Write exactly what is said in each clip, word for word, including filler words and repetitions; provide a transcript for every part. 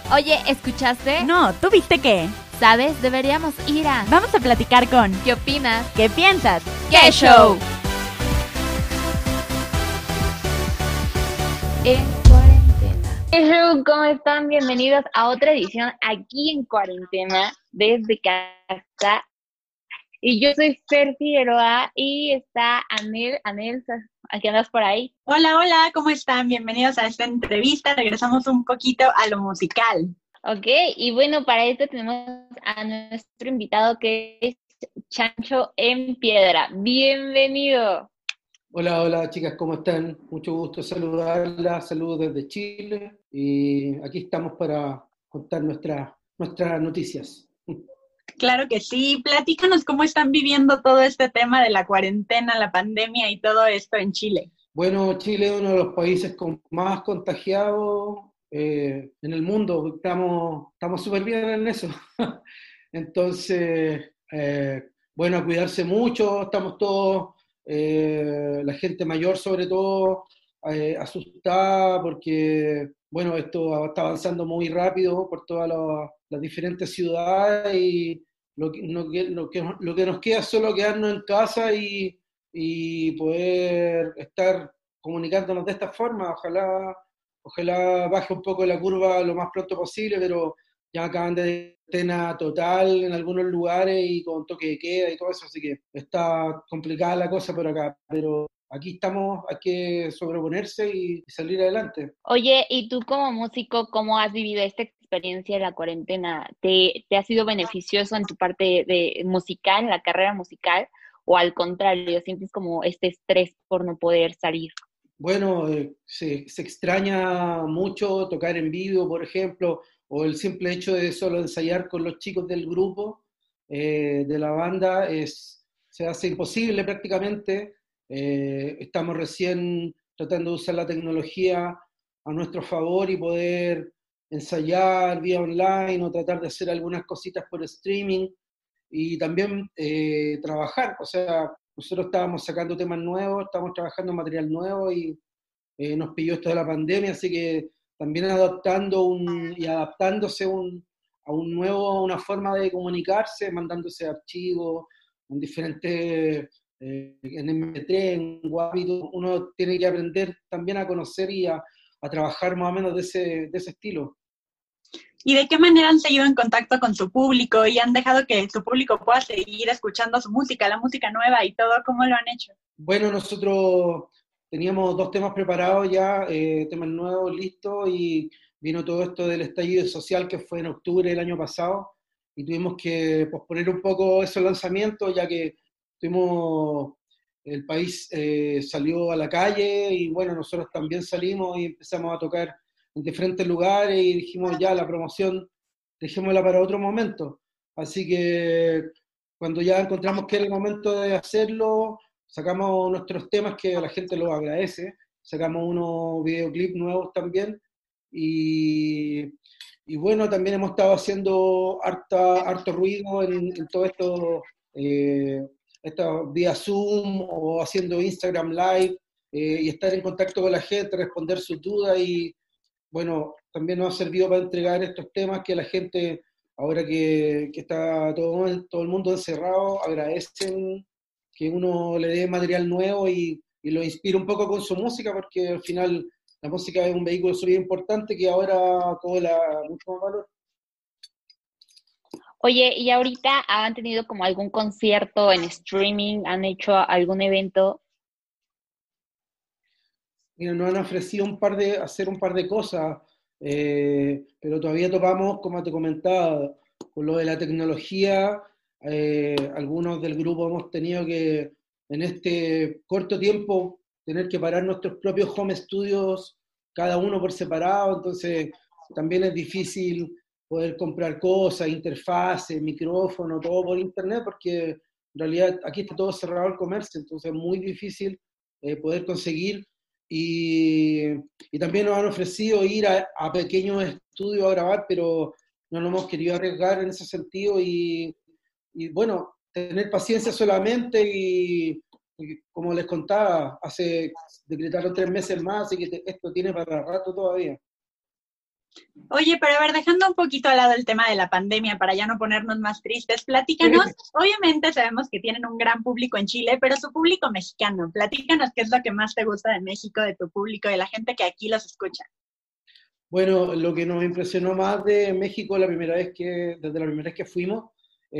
Oye, ¿escuchaste? No, ¿tú viste qué? ¿Sabes? Deberíamos ir a... Vamos a platicar con... ¿Qué opinas? ¿Qué piensas? ¡Qué show! En cuarentena. ¡Qué show! ¿Cómo están? Bienvenidos a otra edición aquí en cuarentena, desde casa. Y yo soy Fer Figueroa y está Anel. Anel, ¿aquí andas por ahí? Hola, hola, ¿cómo están? Bienvenidos a esta entrevista. Regresamos un poquito a lo musical. Ok, y bueno, para esto tenemos a nuestro invitado que es Chancho en Piedra. Bienvenido. Hola, hola chicas, ¿cómo están? Mucho gusto saludarlas, saludos desde Chile y aquí estamos para contar nuestra, nuestras noticias. Claro que sí, platícanos cómo están viviendo todo este tema de la cuarentena, la pandemia y todo esto en Chile. Bueno, Chile es uno de los países con más contagiados eh, en el mundo, estamos estamos súper bien en eso. Entonces, eh, bueno, a cuidarse mucho, estamos todos, eh, la gente mayor sobre todo, eh, asustada porque, bueno, esto está avanzando muy rápido por todas las, las diferentes ciudades y lo que, no, lo, que, lo que nos queda es solo quedarnos en casa y, y poder estar comunicándonos de esta forma. Ojalá, ojalá baje un poco la curva lo más pronto posible, pero ya acaban de cuarentena total en algunos lugares y con toque de queda y todo eso, así que está complicada la cosa por acá, pero aquí estamos, hay que sobreponerse y salir adelante. Oye, y tú como músico, ¿cómo has vivido esta experiencia de la cuarentena? ¿Te, te ha sido beneficioso en tu parte de musical, en la carrera musical, o al contrario, sientes como este estrés por no poder salir? Bueno, eh, se, se extraña mucho tocar en vivo, por ejemplo, o el simple hecho de solo ensayar con los chicos del grupo, eh, de la banda, es, se hace imposible prácticamente. Eh, estamos recién tratando de usar la tecnología a nuestro favor y poder ensayar vía online o tratar de hacer algunas cositas por streaming y también eh, trabajar. O sea, nosotros estábamos sacando temas nuevos, estábamos trabajando en material nuevo y eh, nos pilló esto de la pandemia, así que también adaptando un, y adaptándose un, a un nuevo, a una forma de comunicarse, mandándose archivos en diferentes, eh, en eme pe tres, en WAV, uno tiene que aprender también a conocer y a, a trabajar más o menos de ese, de ese estilo. ¿Y de qué manera han seguido en contacto con su público y han dejado que su público pueda seguir escuchando su música, la música nueva y todo? ¿Cómo lo han hecho? Bueno, nosotros teníamos dos temas preparados ya, eh, temas nuevos, listos, y vino todo esto del estallido social que fue en octubre del año pasado, y tuvimos que posponer un poco esos lanzamientos, ya que tuvimos, el país eh, salió a la calle, y bueno, nosotros también salimos y empezamos a tocar en diferentes lugares, y dijimos ya, la promoción, dejémosla para otro momento. Así que cuando ya encontramos que era el momento de hacerlo, sacamos nuestros temas que la gente los agradece, sacamos unos videoclips nuevos también y, y bueno, también hemos estado haciendo harta, harto ruido en, en todo esto, eh, esto vía Zoom o haciendo Instagram Live eh, y estar en contacto con la gente, responder sus dudas y bueno, también nos ha servido para entregar estos temas que la gente, ahora que, que está todo, todo el mundo encerrado, agradecen que uno le dé material nuevo y, y lo inspire un poco con su música, porque al final la música es un vehículo súper importante que ahora cobra mucho más valor. Oye, ¿y ahorita han tenido como algún concierto en streaming? ¿Han hecho algún evento? Mira, nos han ofrecido un par de, hacer un par de cosas, eh, pero todavía topamos, como te comentaba, con lo de la tecnología. Eh, algunos del grupo hemos tenido que, en este corto tiempo, tener que parar nuestros propios home studios, cada uno por separado, entonces también es difícil poder comprar cosas, interfaces, micrófono, todo por internet, porque en realidad aquí está todo cerrado el comercio, entonces es muy difícil eh, poder conseguir y, y también nos han ofrecido ir a, a pequeños estudios a grabar, pero no nos hemos querido arriesgar en ese sentido y, y bueno, tener paciencia solamente y, y como les contaba, hace decretaron tres meses más, así que te, esto tiene para rato todavía. Oye, pero a ver, dejando un poquito al lado el tema de la pandemia para ya no ponernos más tristes, platícanos, obviamente sabemos que tienen un gran público en Chile, pero su público mexicano, platícanos qué es lo que más te gusta de México, de tu público, de la gente que aquí los escucha. Bueno, lo que nos impresionó más de México la primera vez que, desde la primera vez que fuimos,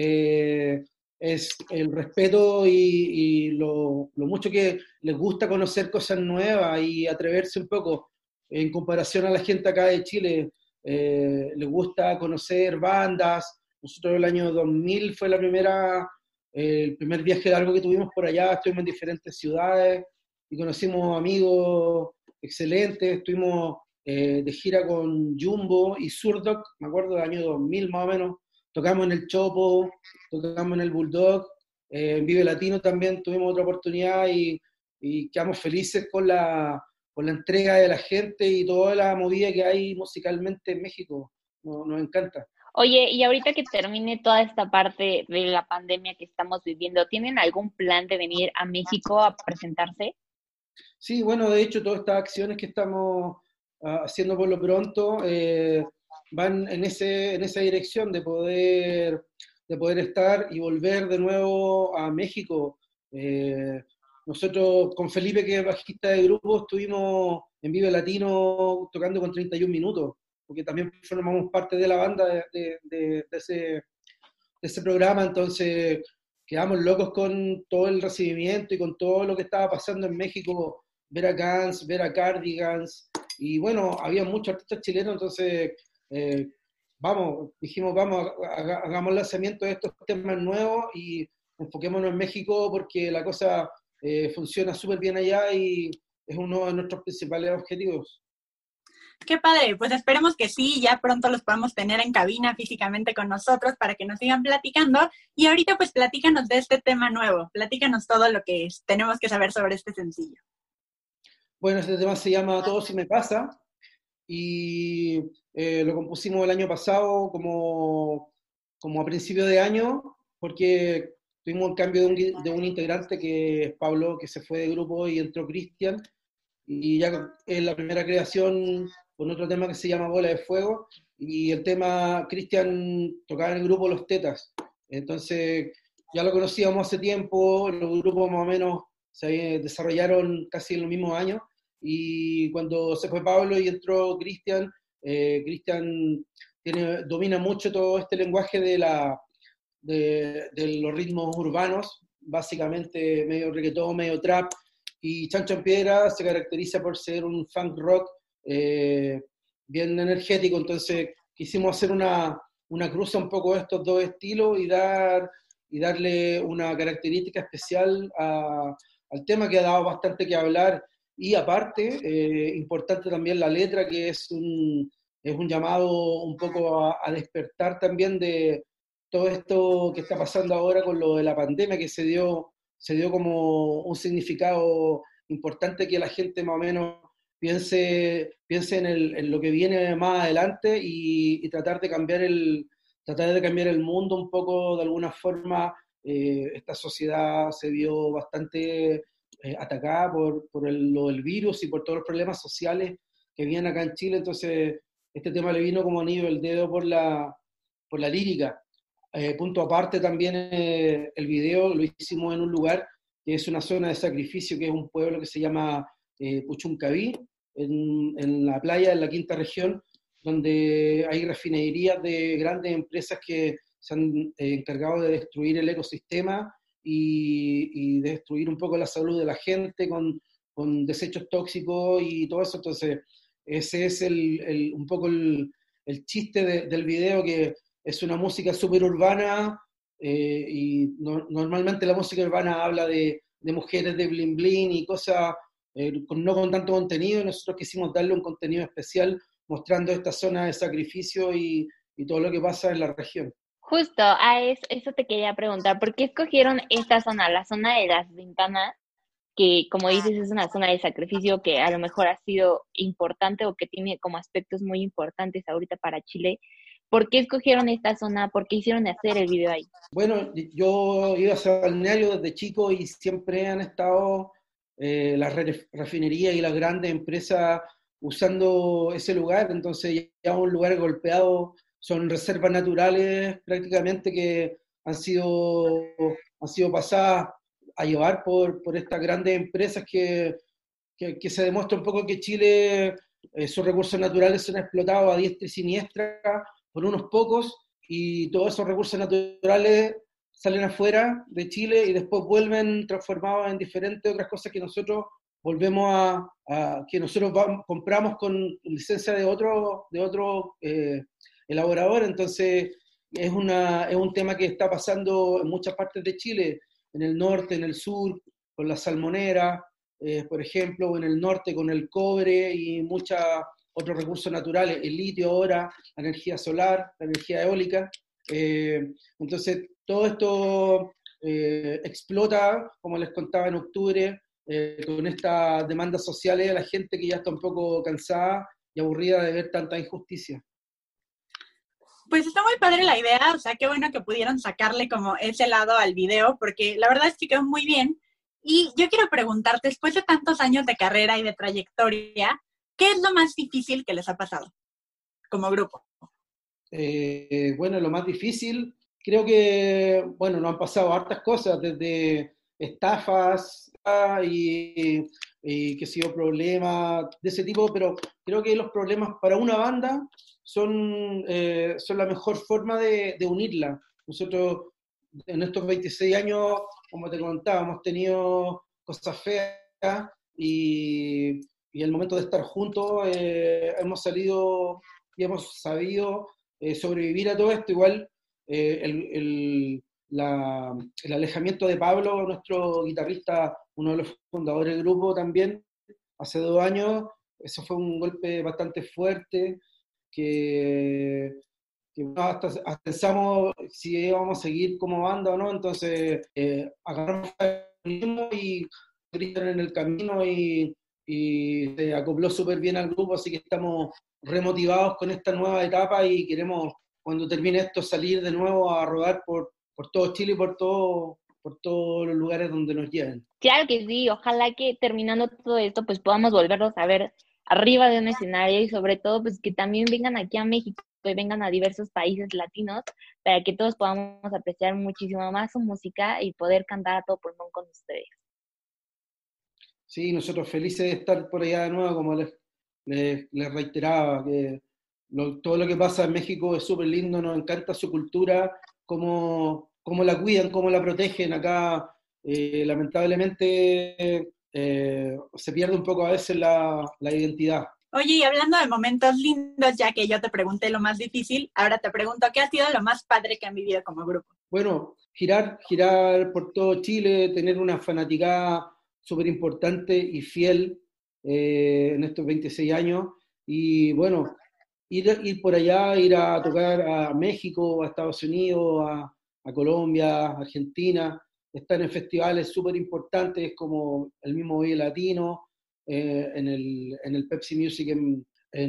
eh, es el respeto y, y lo, lo mucho que les gusta conocer cosas nuevas y atreverse un poco. En comparación a la gente acá de Chile, eh, les gusta conocer bandas. Nosotros el año dos mil fue la primera, eh, el primer viaje largo que tuvimos por allá, estuvimos en diferentes ciudades y conocimos amigos excelentes, estuvimos eh, de gira con Jumbo y Zurdok, me acuerdo del año dos mil más o menos, tocamos en el Chopo, tocamos en el Bulldog, eh, en Vive Latino también tuvimos otra oportunidad y, y quedamos felices con la, con la entrega de la gente y toda la movida que hay musicalmente en México, nos, nos encanta. Oye, y ahorita que termine toda esta parte de la pandemia que estamos viviendo, ¿tienen algún plan de venir a México a presentarse? Sí, bueno, de hecho, todas estas acciones que estamos ah, haciendo por lo pronto eh, van en ese, en esa dirección de poder, de poder estar y volver de nuevo a México. Eh, Nosotros con Felipe, que es bajista de grupo, estuvimos en Vive Latino tocando con treinta y un minutos, porque también formamos parte de la banda de, de- de- de ese, de ese programa, entonces quedamos locos con todo el recibimiento y con todo lo que estaba pasando en México, ver a Guns, ver a Cardigans, y bueno, había muchos artistas chilenos, entonces eh, vamos, dijimos, vamos, haga- hagamos lanzamiento de estos temas nuevos y enfoquémonos en México porque la cosa eh, funciona súper bien allá y es uno de nuestros principales objetivos. Qué padre, pues esperemos que sí, ya pronto los podamos tener en cabina físicamente con nosotros para que nos sigan platicando. Y ahorita pues platícanos de este tema nuevo, platícanos todo lo que es- tenemos que saber sobre este sencillo. Bueno, este tema se llama Todo si me pasa, y eh, lo compusimos el año pasado como, como a principio de año, porque tuvimos el cambio de un, de un integrante que es Pablo, que se fue de grupo y entró Cristian, y ya es la primera creación con otro tema que se llama Bola de Fuego, y el tema Cristian tocaba en el grupo Los Tetas, entonces ya lo conocíamos hace tiempo, los grupos más o menos se desarrollaron casi en los mismos años, y cuando se fue Pablo y entró Cristian, eh, Cristian tiene, domina mucho todo este lenguaje de, la, de, de los ritmos urbanos, básicamente medio reggaetón, medio trap, y Chancho en Piedra se caracteriza por ser un funk rock eh, bien energético, entonces quisimos hacer una, una cruza un poco de estos dos estilos y, dar, y darle una característica especial a, al tema que ha dado bastante que hablar y aparte, eh, importante también la letra, que es un, es un llamado un poco a, a despertar también de todo esto que está pasando ahora con lo de la pandemia, que se dio, se dio como un significado importante que la gente más o menos piense, piense en, el, en lo que viene más adelante y, y tratar de cambiar el, tratar de cambiar el mundo un poco de alguna forma. Eh, esta sociedad se vio bastante eh, atacada por, por el, lo del virus y por todos los problemas sociales que vienen acá en Chile, entonces este tema le vino como anillo el dedo por la, por la lírica. Eh, punto aparte también eh, el video lo hicimos en un lugar que es una zona de sacrificio, que es un pueblo que se llama eh, Puchuncaví, en, en la playa, en la quinta región, donde hay refinerías de grandes empresas que se han eh, encargado de destruir el ecosistema y, y destruir un poco la salud de la gente con, con desechos tóxicos y todo eso. Entonces, ese es el, el, un poco el, el chiste de, del video, que es una música súper urbana eh, y no, normalmente la música urbana habla de, de mujeres de bling bling y cosas eh, con, no con tanto contenido, y nosotros quisimos darle un contenido especial mostrando esta zona de sacrificio y, y todo lo que pasa en la región. Justo, a es- eso te quería preguntar, ¿por qué escogieron esta zona, la zona de las ventanas, que como dices es una zona de sacrificio que a lo mejor ha sido importante o que tiene como aspectos muy importantes ahorita para Chile? ¿Por qué escogieron esta zona? ¿Por qué hicieron hacer el video ahí? Bueno, yo iba a balneario desde chico y siempre han estado eh, las re- refinerías y las grandes empresas usando ese lugar, entonces ya un lugar golpeado, son reservas naturales prácticamente que han sido, han sido pasadas a llevar por, por estas grandes empresas que, que, que se demuestra un poco que Chile, eh, sus recursos naturales son explotados a diestra y siniestra por unos pocos, y todos esos recursos naturales salen afuera de Chile y después vuelven transformados en diferentes otras cosas que nosotros volvemos a, a que nosotros vamos, compramos con licencia de otro, de otro eh, elaborador. Entonces es, una, es un tema que está pasando en muchas partes de Chile, en el norte, en el sur, con la salmonera, eh, por ejemplo, o en el norte con el cobre y muchos otros recursos naturales, el litio ahora, la energía solar, la energía eólica. Eh, entonces, todo esto eh, explota, como les contaba en octubre, eh, con estas demandas sociales de la gente que ya está un poco cansada y aburrida de ver tanta injusticia. Pues está muy padre la idea, o sea, qué bueno que pudieron sacarle como ese lado al video, porque la verdad es que quedó muy bien. Y yo quiero preguntarte, después de tantos años de carrera y de trayectoria, ¿qué es lo más difícil que les ha pasado como grupo? Eh, bueno, lo más difícil, creo que, bueno, nos han pasado hartas cosas, desde estafas ah, y, y que ha sido problemas de ese tipo, pero creo que los problemas para una banda son, eh, son la mejor forma de, de unirla. Nosotros en estos veintiséis años, como te contaba, hemos tenido cosas feas y, y el momento de estar juntos eh, hemos salido y hemos sabido eh, sobrevivir a todo esto. Igual eh, el, el, la, el alejamiento de Pablo, nuestro guitarrista, uno de los fundadores del grupo también, hace dos años, eso fue un golpe bastante fuerte, que, que hasta, hasta pensamos si íbamos a seguir como banda o no, entonces eh, agarramos y gritaron en el camino y, y se acopló súper bien al grupo, así que estamos remotivados con esta nueva etapa y queremos, cuando termine esto, salir de nuevo a rodar por, por todo Chile y por, todo, por todos los lugares donde nos lleven. Claro que sí, ojalá que terminando todo esto, pues podamos volverlos a ver arriba de un escenario y sobre todo, pues que también vengan aquí a México y vengan a diversos países latinos para que todos podamos apreciar muchísimo más su música y poder cantar a todo pulmón con ustedes. Sí, nosotros felices de estar por allá de nuevo, como les, les, les reiteraba, que lo, todo lo que pasa en México es súper lindo, nos encanta su cultura, cómo, cómo la cuidan, cómo la protegen. Acá, eh, lamentablemente, eh, se pierde un poco a veces la, la identidad. Oye, y hablando de momentos lindos, ya que yo te pregunté lo más difícil, ahora te pregunto, ¿qué ha sido lo más padre que han vivido como grupo? Bueno, girar, girar por todo Chile, tener una fanaticada súper importante y fiel eh, en estos veintiséis años, y bueno, ir, ir por allá, ir a tocar a México, a Estados Unidos, a, a Colombia, a Argentina, estar en festivales súper importantes como el mismo Vive Latino, eh, en, el, en el Pepsi Music en,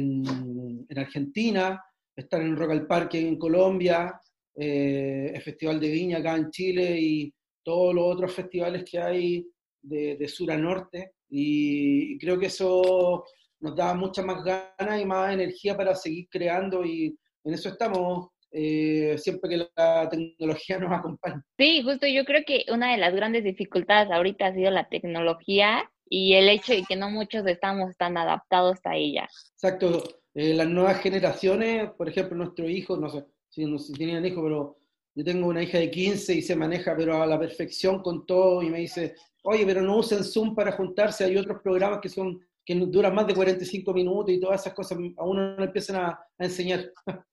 en, en Argentina, estar en Rock al Parque en Colombia, eh, el Festival de Viña acá en Chile y todos los otros festivales que hay de, de sur a norte, y, y creo que eso nos da mucha más ganas y más energía para seguir creando, y en eso estamos eh, siempre que la tecnología nos acompañe. Sí, justo yo creo que una de las grandes dificultades ahorita ha sido la tecnología y el hecho de que no muchos estamos tan adaptados a ella. Exacto, eh, las nuevas generaciones, por ejemplo, nuestro hijo, no sé si, no, si tenían hijos, pero yo tengo una hija de quince y se maneja pero a la perfección con todo y me dice, oye, pero no usen Zoom para juntarse, hay otros programas que son que duran más de cuarenta y cinco minutos y todas esas cosas a uno no empiezan a, a enseñar.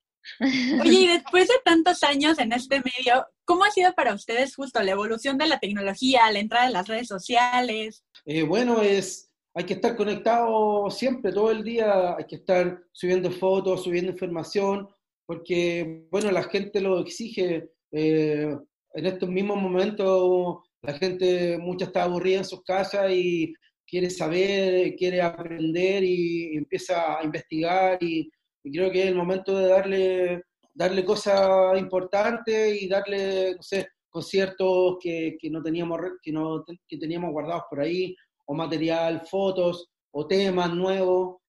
Oye, y después de tantos años en este medio, ¿cómo ha sido para ustedes justo la evolución de la tecnología, la entrada de las redes sociales? Eh, bueno, es, hay que estar conectado siempre, todo el día, hay que estar subiendo fotos, subiendo información, porque, bueno, la gente lo exige. Eh, en estos mismos momentos, la gente, mucha está aburrida en sus casas y quiere saber, quiere aprender y, y empieza a investigar, y, y creo que es el momento de darle, darle cosas importantes y darle, no sé, conciertos que, que no teníamos que no que teníamos guardados por ahí, o material, fotos o temas nuevos,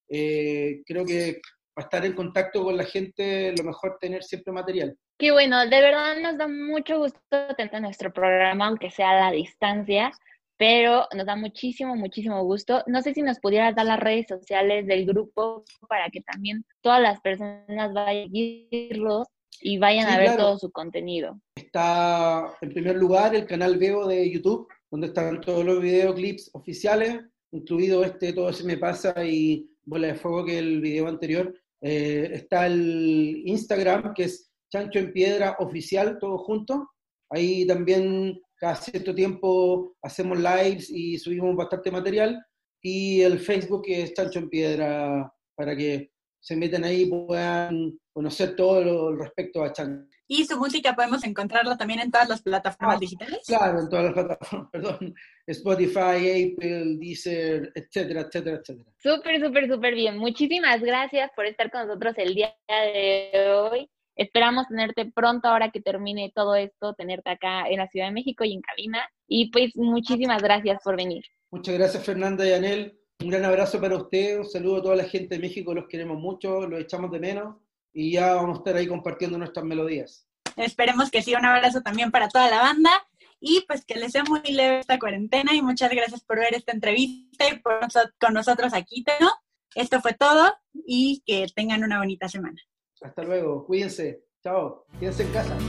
eh, creo que para estar en contacto con la gente, lo mejor tener siempre material. Qué bueno, de verdad nos da mucho gusto tener nuestro programa, aunque sea a la distancia, pero nos da muchísimo, muchísimo gusto. No sé si nos pudieras dar las redes sociales del grupo para que también todas las personas vayan a seguirlos y vayan sí, a ver claro. todo su contenido. Está en primer lugar el canal Veo de YouTube, donde están todos los videoclips oficiales, incluido este Todo se me pasa y Bola de Fuego, que es el video anterior. Eh, está el Instagram, que es Chancho en Piedra Oficial, todo junto. Ahí también cada cierto tiempo hacemos lives y subimos bastante material. Y el Facebook, que es Chancho en Piedra, para que se metan ahí y puedan conocer todo lo respecto a Chancho. Y su música podemos encontrarla también en todas las plataformas ah, digitales. Claro, en todas las plataformas, perdón. Spotify, Apple, Deezer, etcétera, etcétera, etcétera. Súper, súper, súper bien. Muchísimas gracias por estar con nosotros el día de hoy. Esperamos tenerte pronto ahora que termine todo esto, tenerte acá en la Ciudad de México y en cabina. Y pues muchísimas gracias por venir. Muchas gracias, Fernanda y Anel. Un gran abrazo para usted. Un saludo a toda la gente de México. Los queremos mucho, los echamos de menos. Y ya vamos a estar ahí compartiendo nuestras melodías. Esperemos que sí. Un abrazo también para toda la banda. Y pues que les sea muy leve esta cuarentena. Y muchas gracias por ver esta entrevista y por noso- con nosotros aquí, ¿no? Esto fue todo y que tengan una bonita semana. Hasta luego. Cuídense. Chao. Quédense en casa.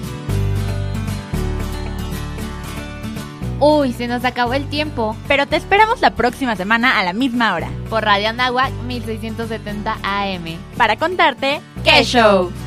Uy, se nos acabó el tiempo. Pero te esperamos la próxima semana a la misma hora. Por Radio Anáhuac mil seiscientos setenta A M. Para contarte ¡qué show!